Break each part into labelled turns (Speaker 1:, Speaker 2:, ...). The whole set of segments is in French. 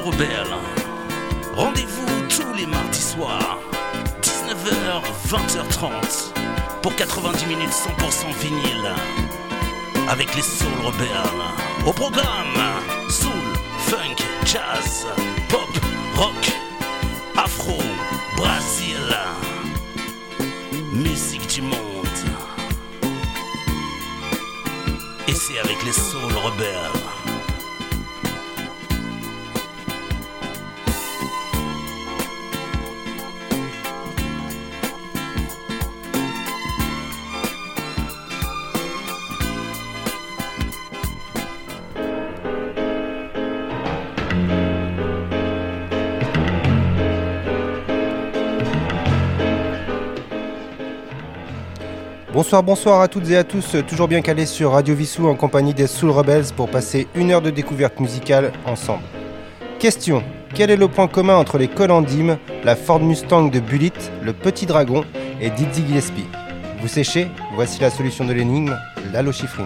Speaker 1: Rebelle. Rendez-vous tous les mardis soirs, 19h, 20h30, pour 90 minutes 100% vinyle, avec les Soul Rebelles. Au programme, soul, funk, jazz, pop, rock, afro, Brésil, musique du monde. Et c'est avec les Soul Rebelles.
Speaker 2: Bonsoir à toutes et à tous, toujours bien calés sur Radio Vissou en compagnie des Soul Rebels pour passer une heure de découverte musicale ensemble. Question: quel est le point commun entre les Colandim, la Ford Mustang de Bullitt, le Petit Dragon et Dizzy Gillespie? Vous séchez? Voici la solution de l'énigme, l'allochifrine.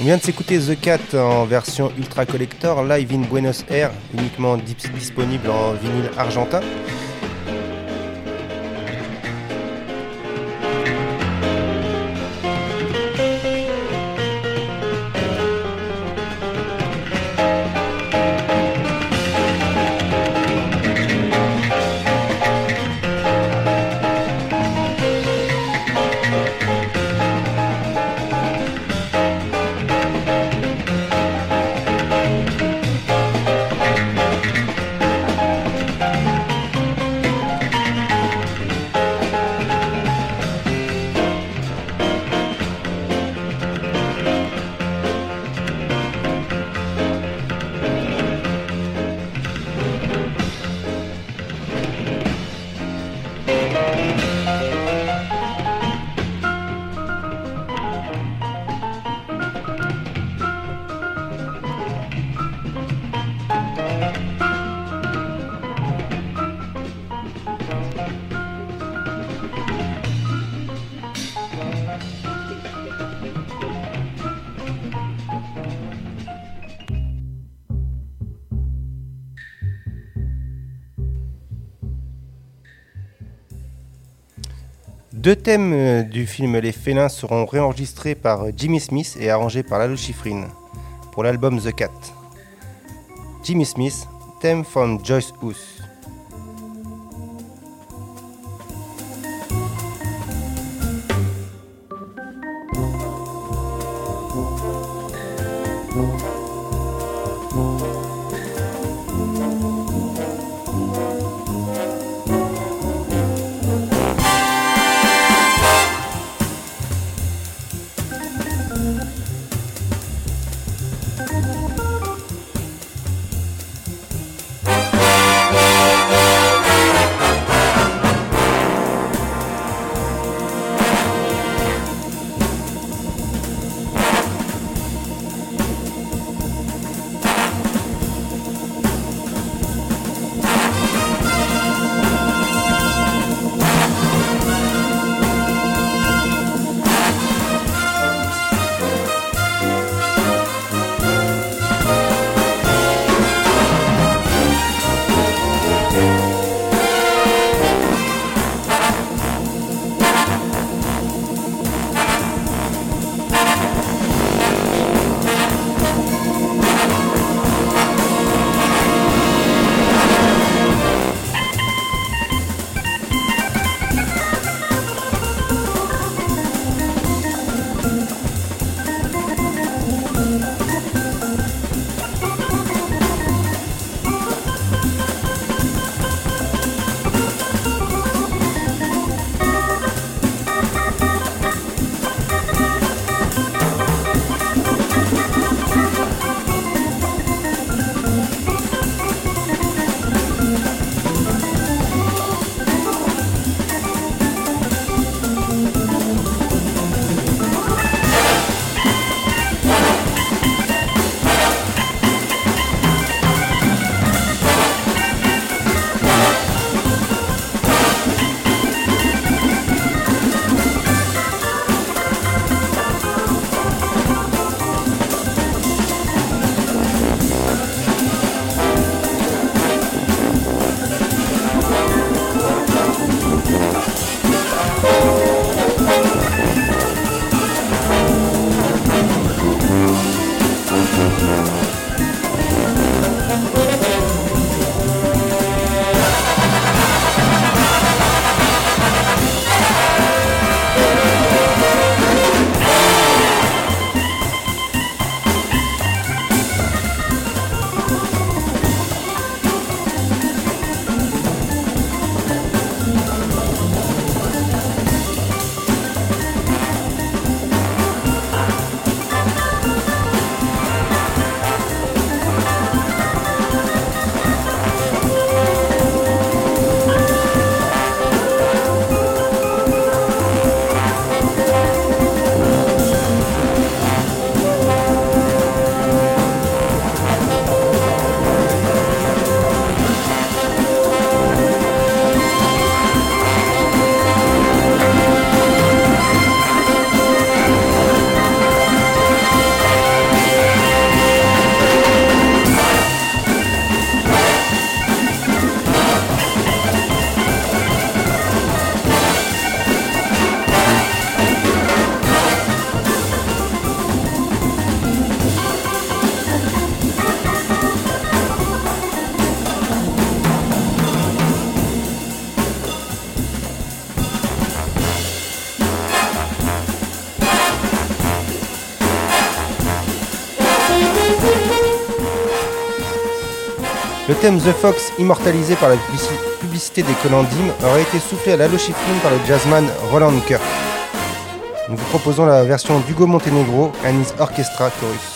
Speaker 2: On vient de s'écouter The Cat en version Ultra Collector, live in Buenos Aires, uniquement disponible en vinyle argentin. Deux thèmes du film Les Félins seront réenregistrés par Jimmy Smith et arrangés par Lalo Schifrin pour l'album The Cat. Jimmy Smith, theme from Joyce Huss. Le thème The Fox, immortalisé par la publicité des Colandim, aurait été soufflé à l'Allo Schifrin par le jazzman Roland Kirk. Nous vous proposons la version d'Hugo Montenegro and his Orchestra Chorus.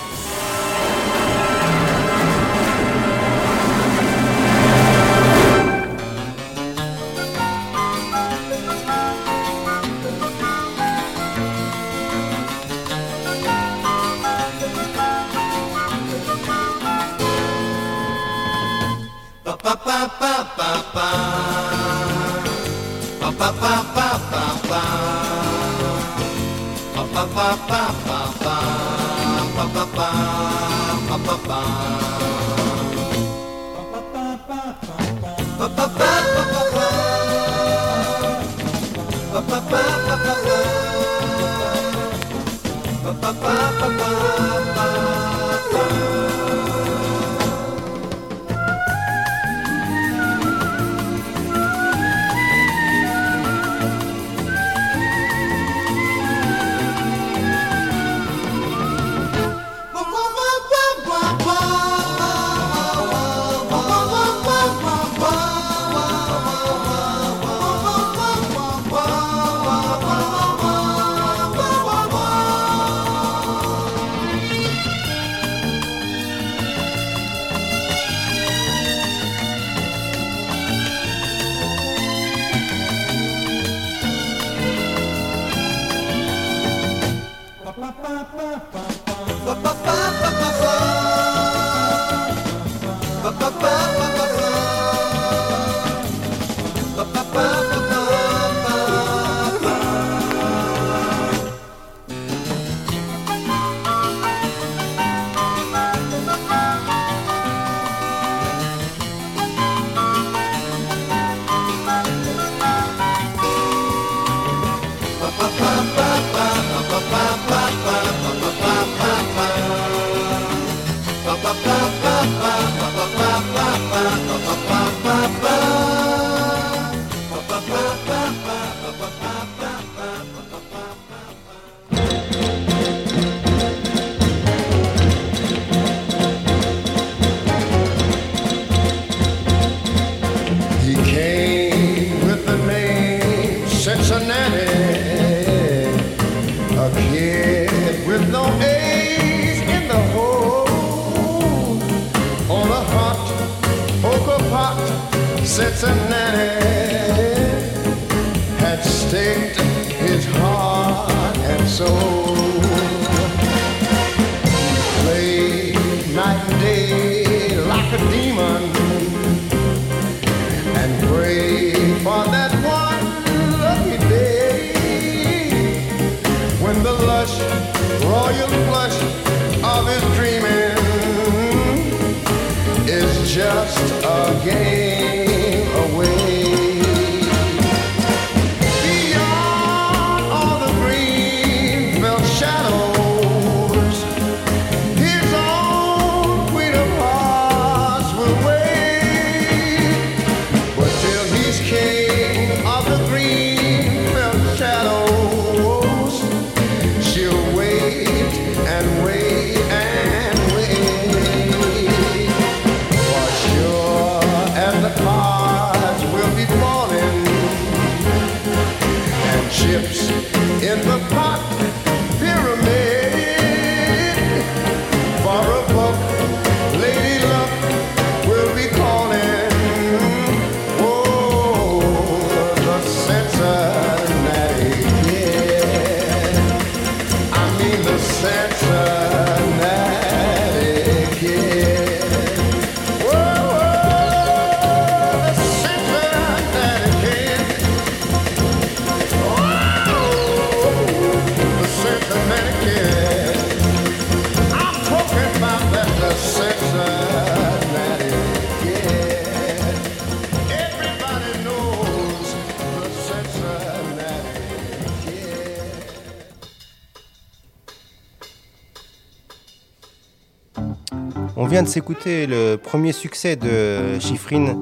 Speaker 2: On vient de s'écouter le premier succès de Schifrin,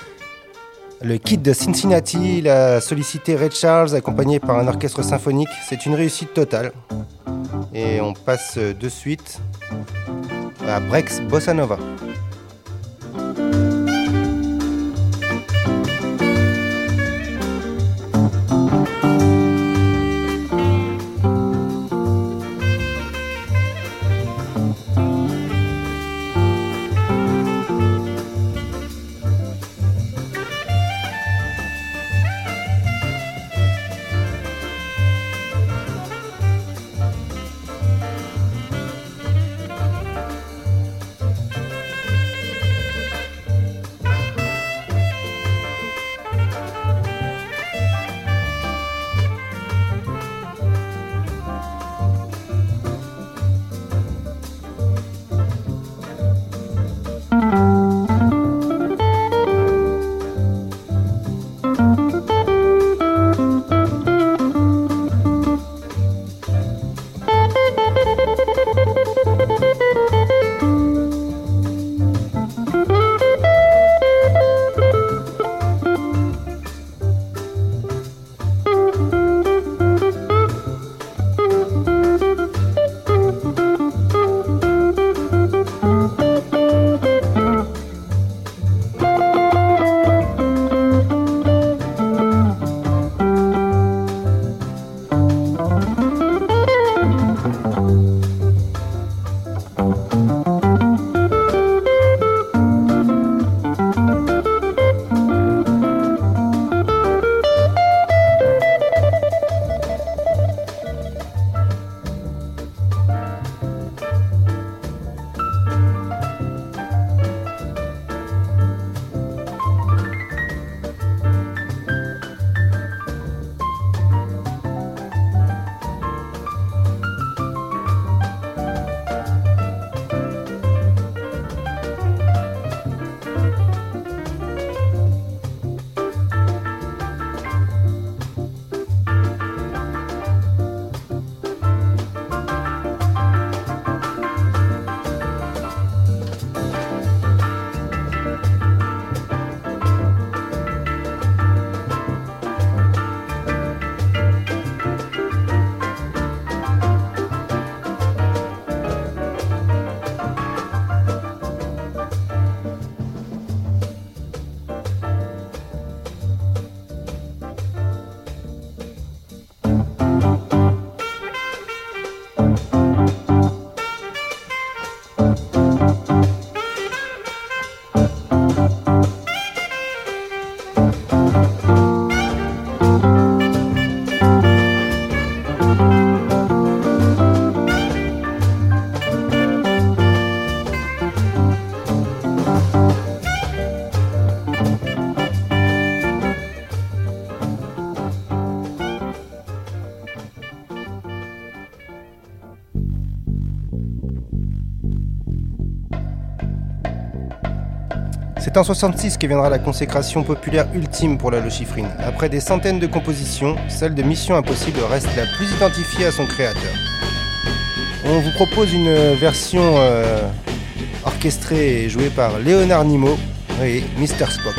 Speaker 2: le Kid de Cincinnati. Il a sollicité Ray Charles accompagné par un orchestre symphonique. C'est une réussite totale. Et on passe de suite à Brex Bossa Nova. C'est en 66 que viendra la consécration populaire ultime pour la Lochifrine. Après des centaines de compositions, celle de Mission Impossible reste la plus identifiée à son créateur. On vous propose une version orchestrée et jouée par Léonard Nimoy et Mr. Spock.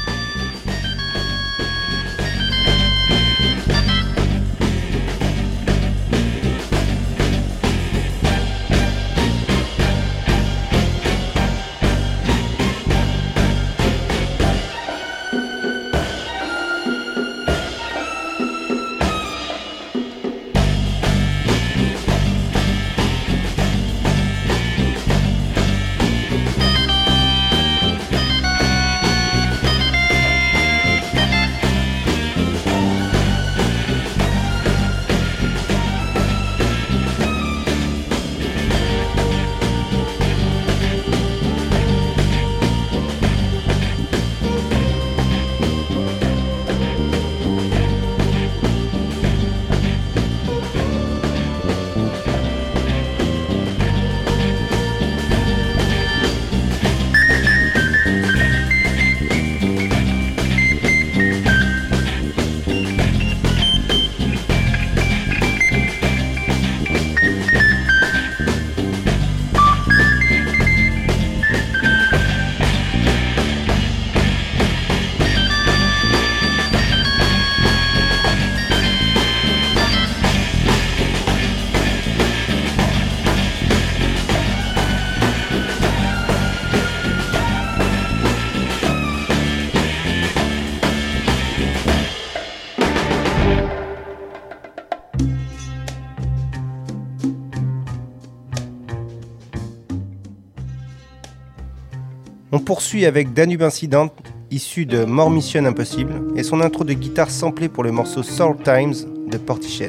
Speaker 2: On poursuit avec Danube Incident, issu de More Mission Impossible, et son intro de guitare samplée pour le morceau Soul Times de Portishead.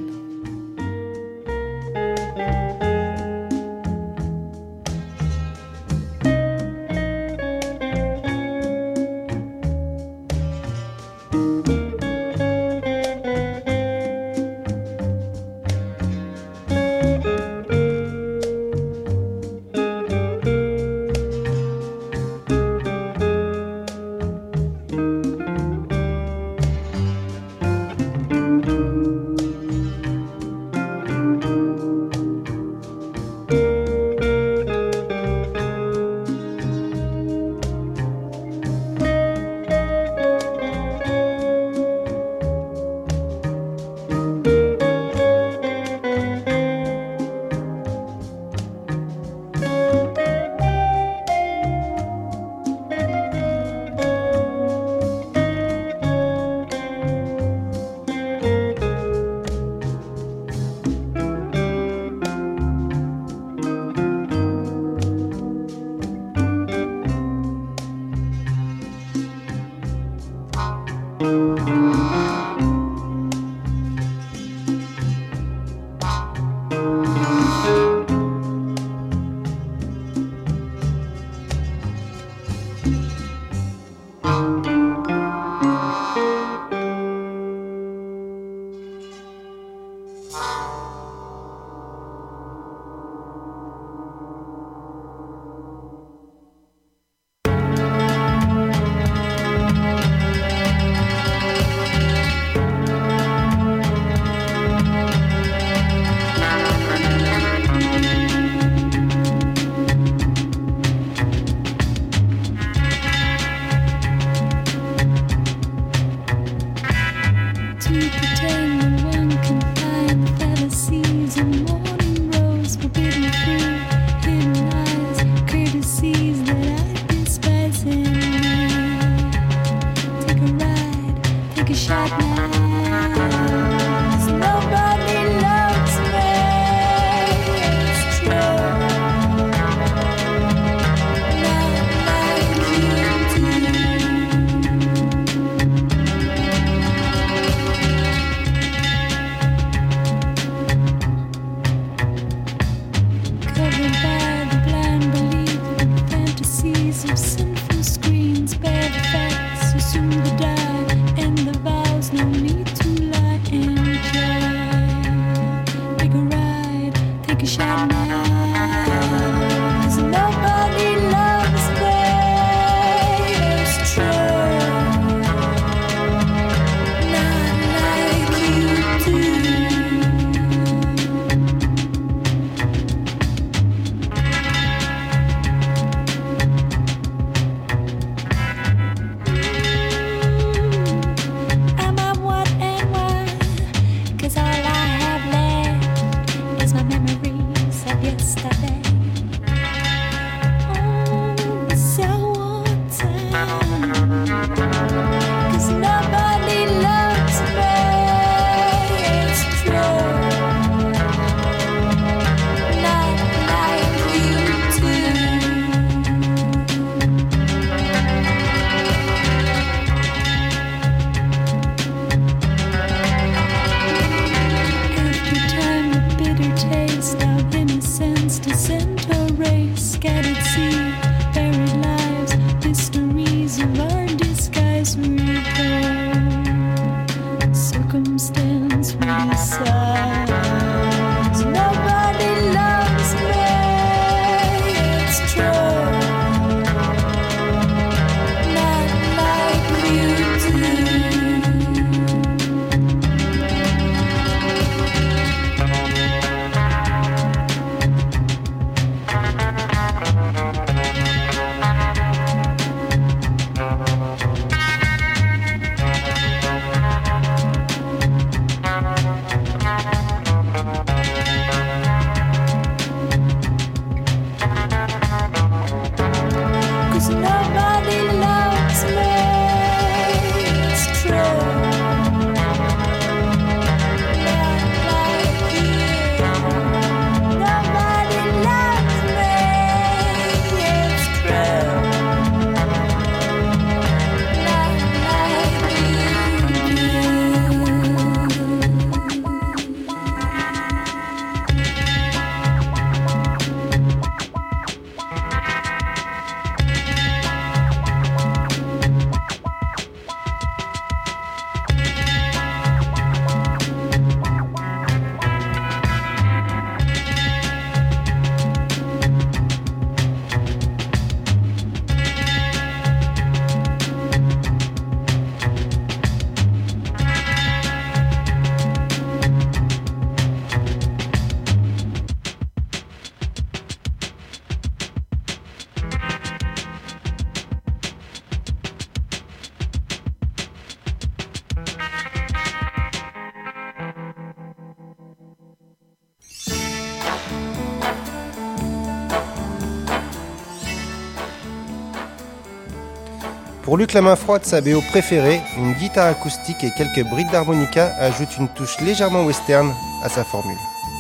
Speaker 2: Pour Luc Lamain-Froide, sa BO préférée, une guitare acoustique et quelques brides d'harmonica ajoutent une touche légèrement western à sa formule.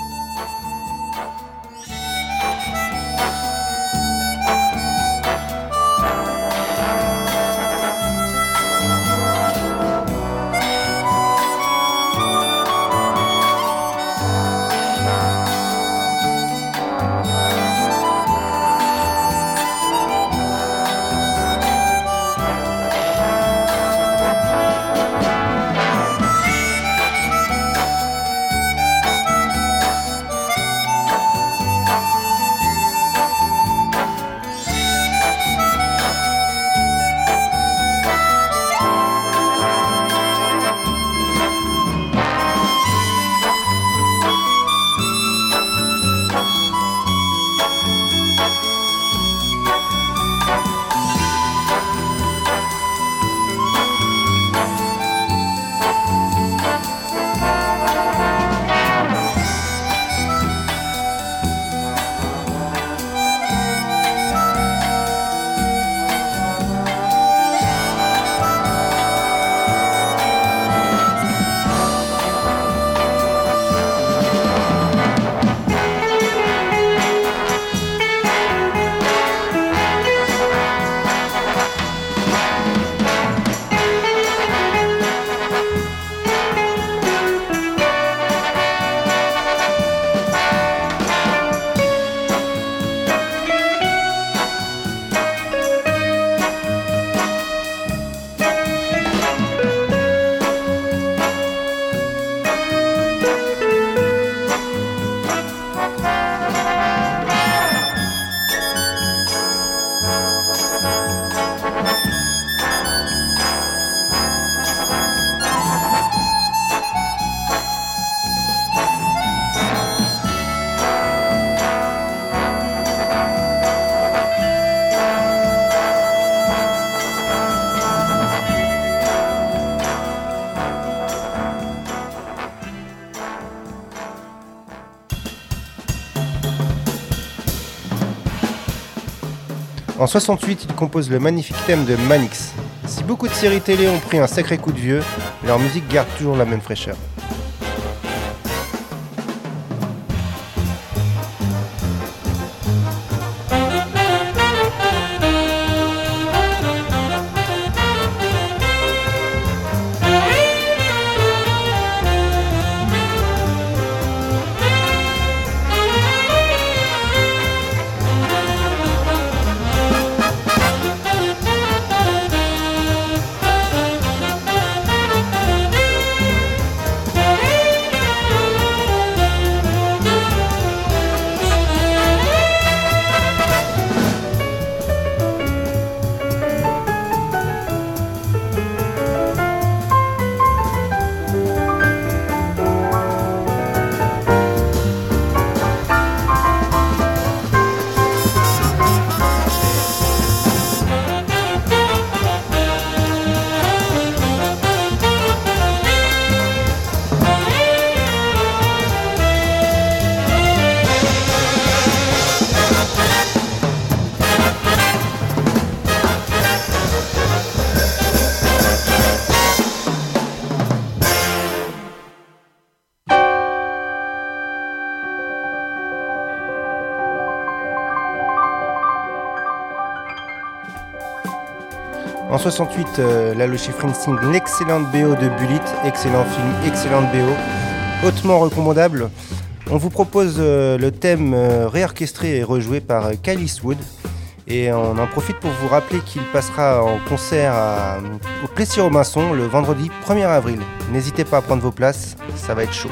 Speaker 2: En 68, il compose le magnifique thème de Manix. Si beaucoup de séries télé ont pris un sacré coup de vieux, leur musique garde toujours la même fraîcheur. En 68, Lalo Schifrin signe l'excellente BO de Bullitt, excellent film, excellente BO, hautement recommandable. On vous propose le thème réorchestré et rejoué par Kyle Eastwood. Et on en profite pour vous rappeler qu'il passera en concert au Plessis-Robinson le vendredi 1er avril. N'hésitez pas à prendre vos places, ça va être chaud.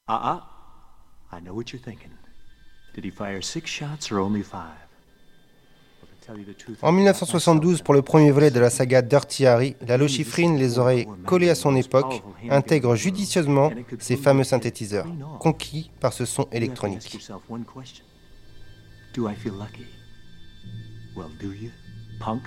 Speaker 3: I know what you're thinking. Did he fire 6 shots or only 5?
Speaker 2: En 1972, pour le premier volet de la saga Dirty Harry, Lalo Schifrin, les oreilles collées à son époque, intègre judicieusement ces fameux synthétiseurs, conquis par ce son électronique.
Speaker 3: Do I feel lucky? Well, do you, punk?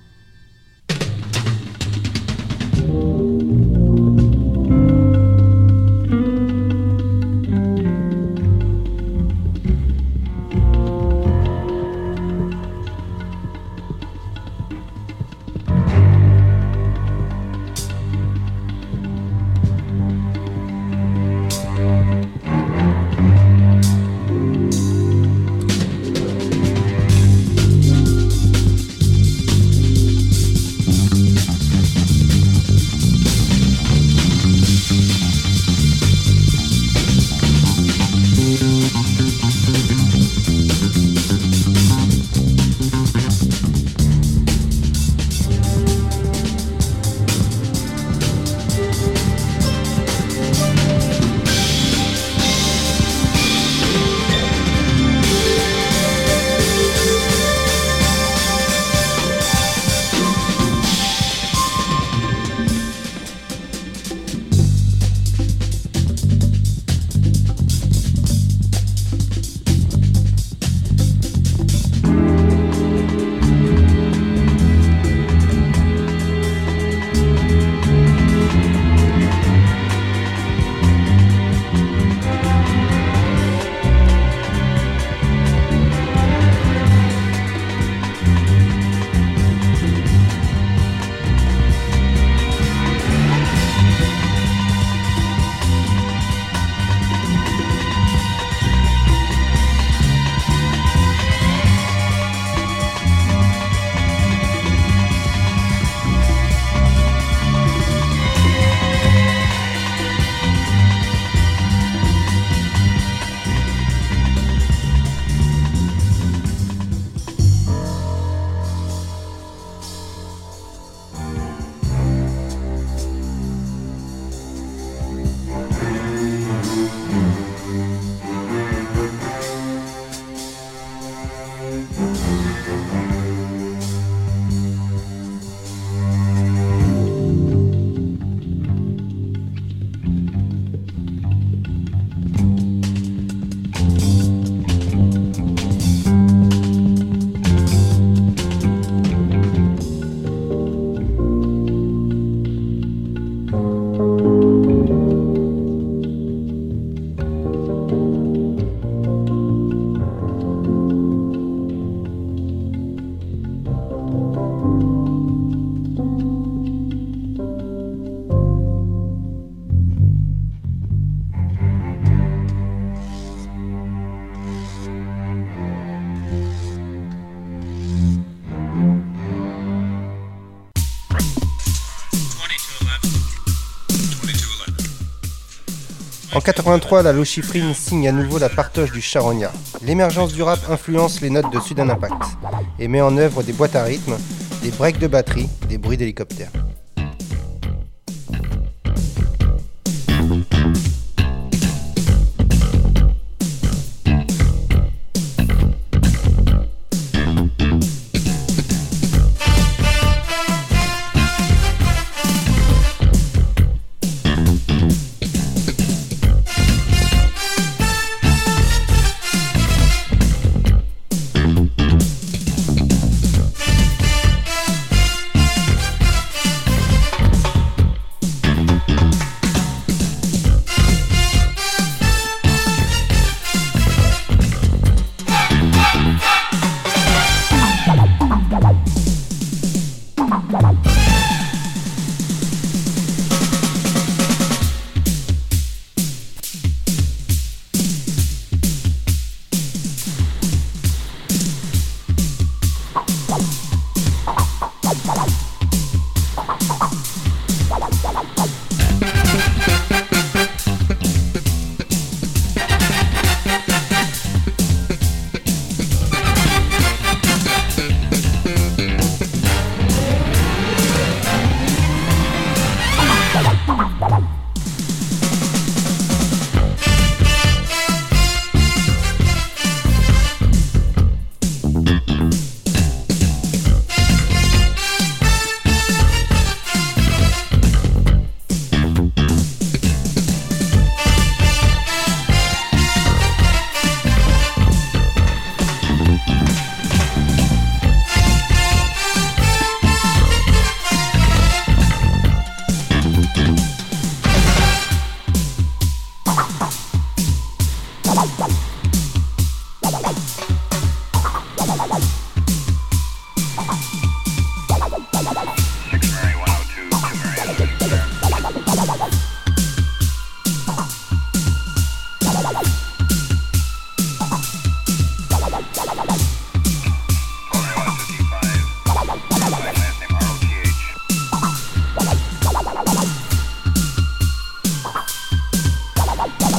Speaker 2: En 83, Lalo Schifrin signe à nouveau la partoche du charognard. L'émergence du rap influence les notes de Sudden Impact et met en œuvre des boîtes à rythme, des breaks de batterie, des bruits d'hélicoptères.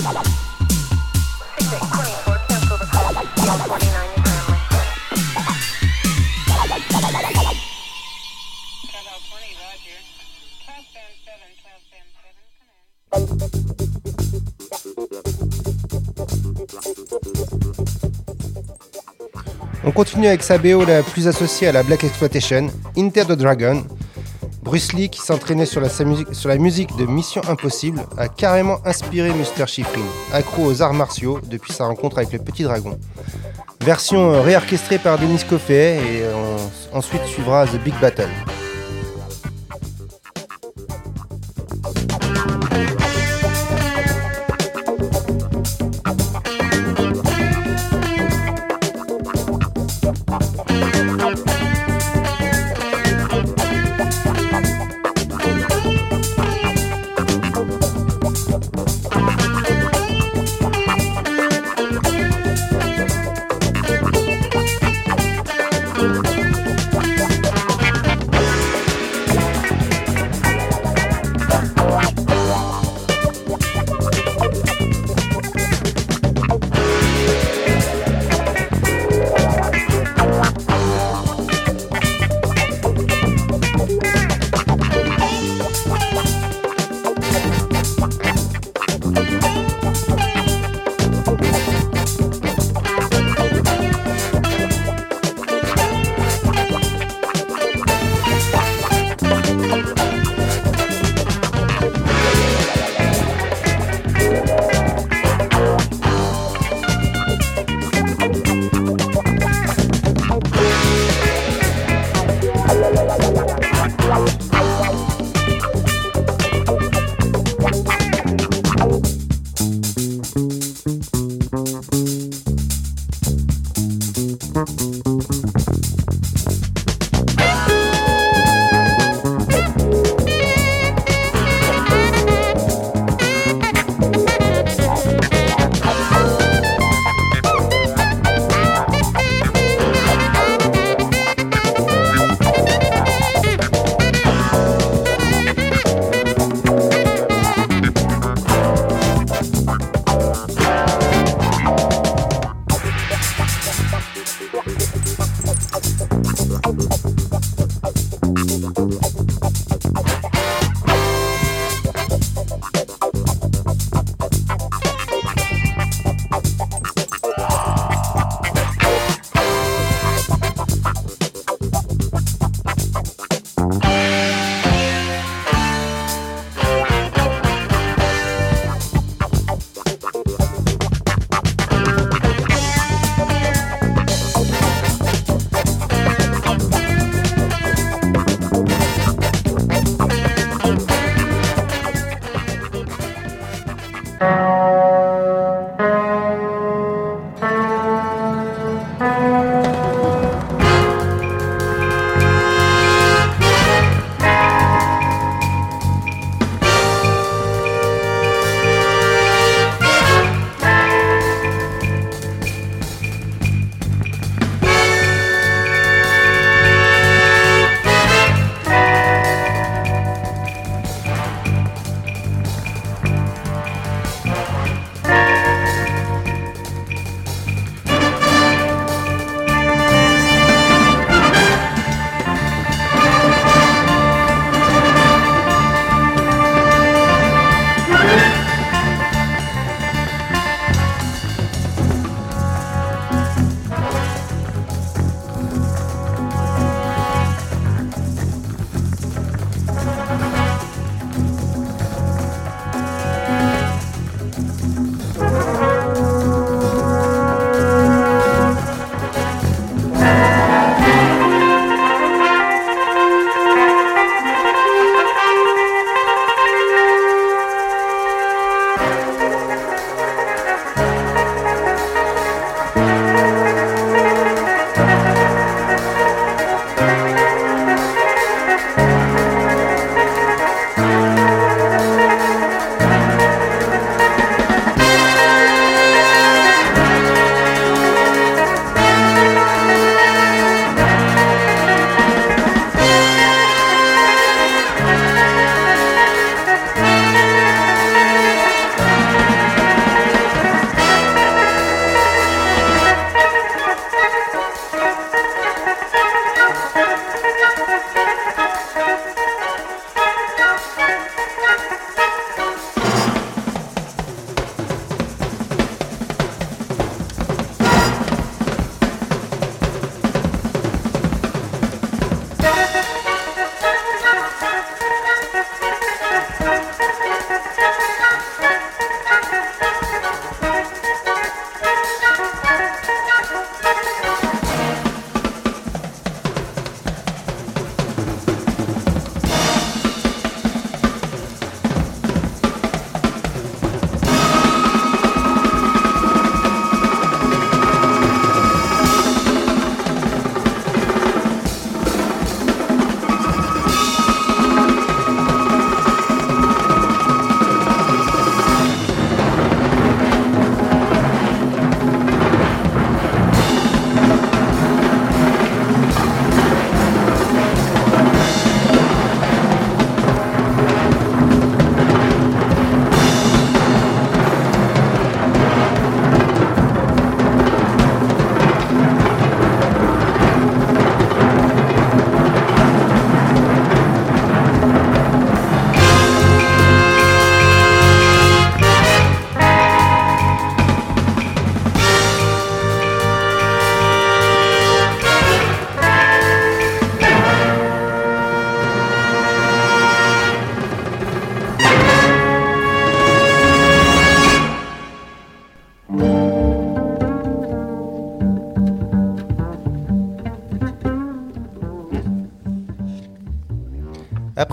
Speaker 2: On continue avec sa BO la plus associée à la Black Exploitation, Enter the Dragon. Bruce Lee, qui s'entraînait sur la musique de Mission Impossible, a carrément inspiré Mr. Shiffrin, accro aux arts martiaux depuis sa rencontre avec le Petit Dragon. Version réorchestrée par Dennis Coffey et ensuite suivra The Big Battle.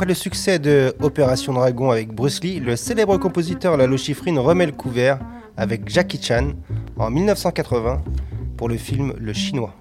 Speaker 2: Après le succès de Opération Dragon avec Bruce Lee, le célèbre compositeur Lalo Schifrin remet le couvert avec Jackie Chan en 1980 pour le film Le Chinois.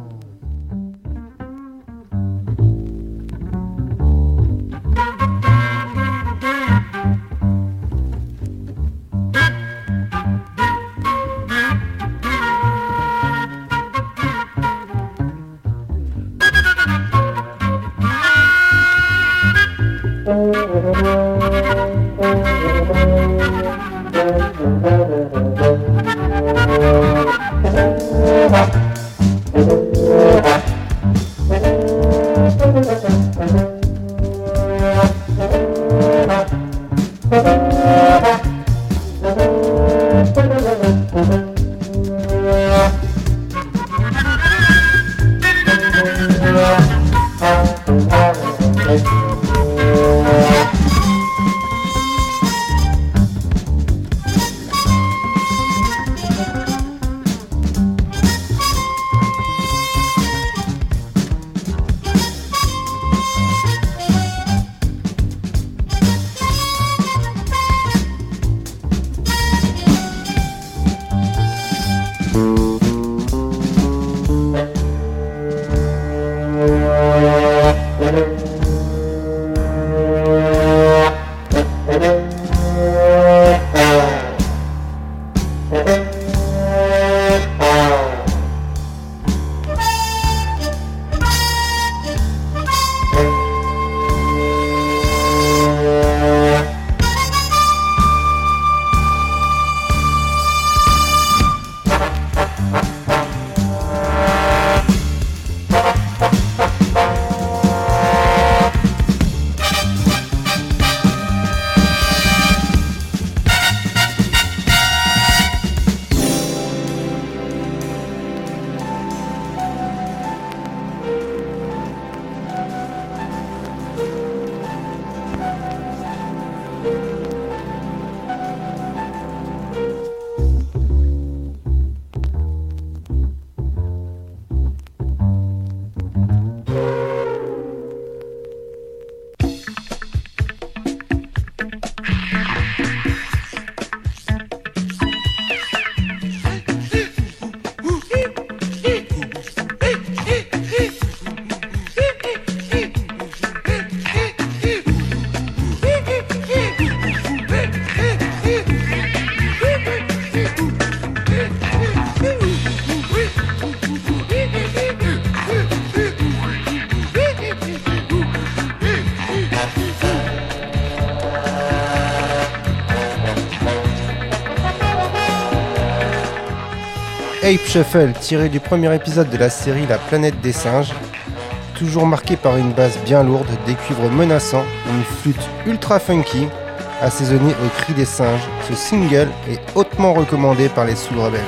Speaker 2: Ape Shuffle, tiré du premier épisode de la série La Planète des Singes, toujours marqué par une basse bien lourde, des cuivres menaçants, une flûte ultra funky, assaisonnée au cri des singes. Ce single est hautement recommandé par les Soul Rebels.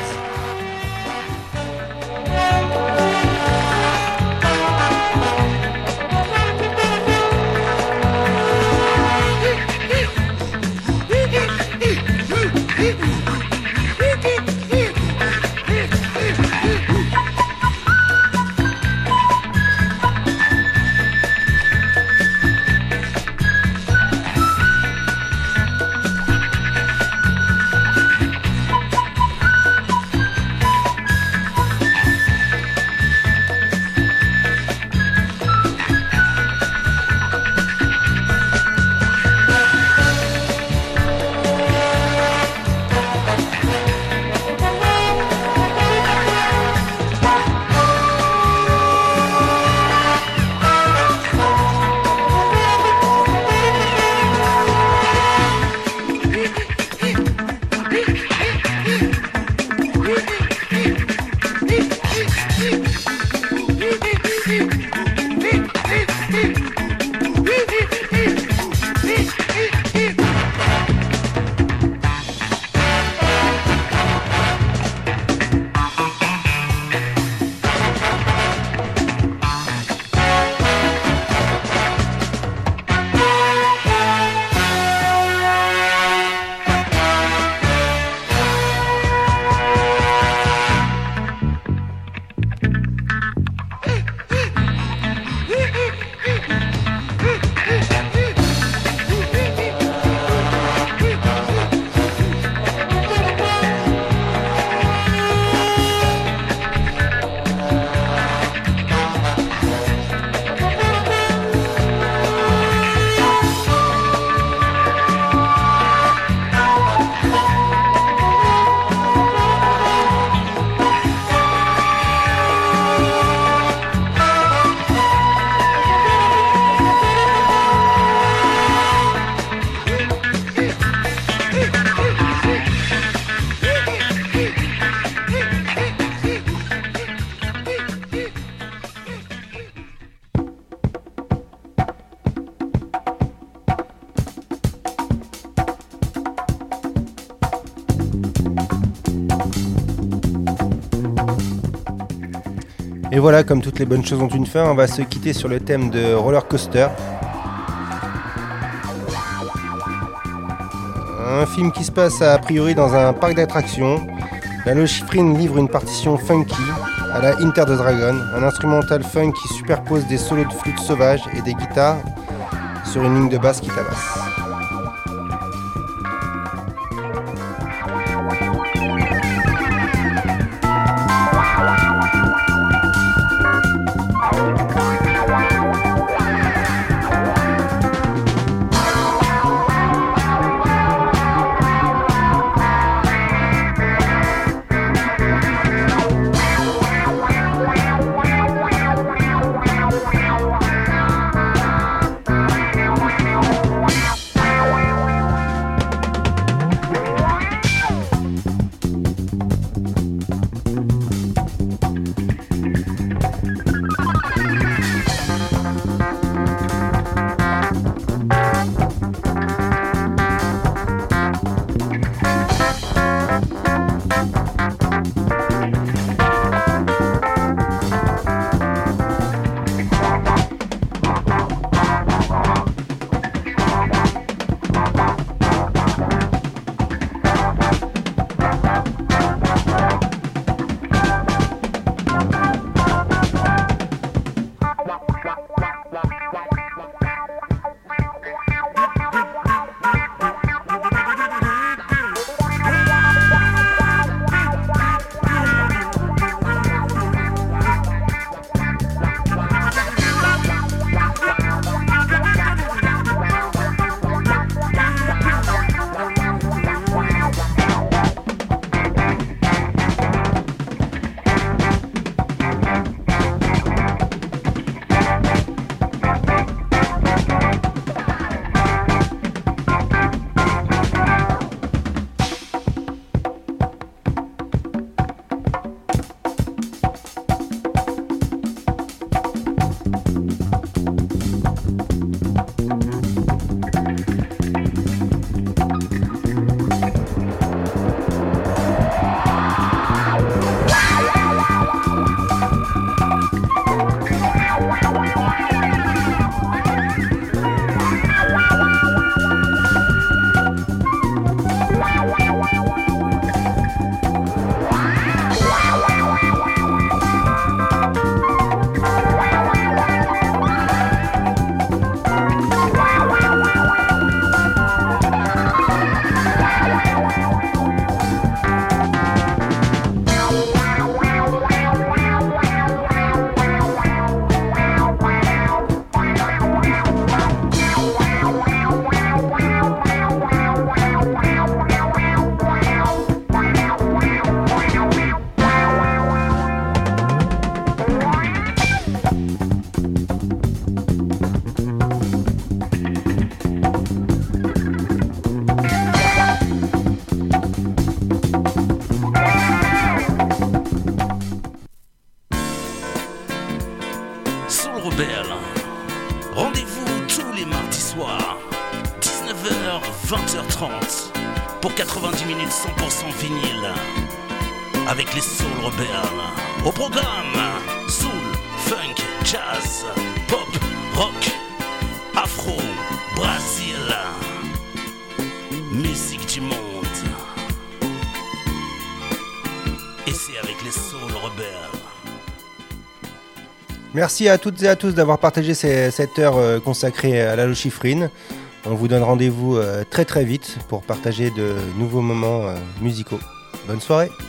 Speaker 2: Et voilà, comme toutes les bonnes choses ont une fin, on va se quitter sur le thème de Roller Coaster. Un film qui se passe a priori dans un parc d'attractions. Lalo Schifrin livre une partition funky à la Enter the Dragon, un instrumental funk qui superpose des solos de flûte sauvage et des guitares sur une ligne de basse qui tabasse.
Speaker 1: soir, 19h, 20h30, pour 90 minutes 100% vinyle, avec les Soul Rebels. Au programme, soul, funk, jazz, pop, rock, afro, Brésil, musique du monde. Et c'est avec les Soul Rebels.
Speaker 2: Merci à toutes et à tous d'avoir partagé cette heure consacrée à Lalo Schifrin. On vous donne rendez-vous très très vite pour partager de nouveaux moments musicaux. Bonne soirée.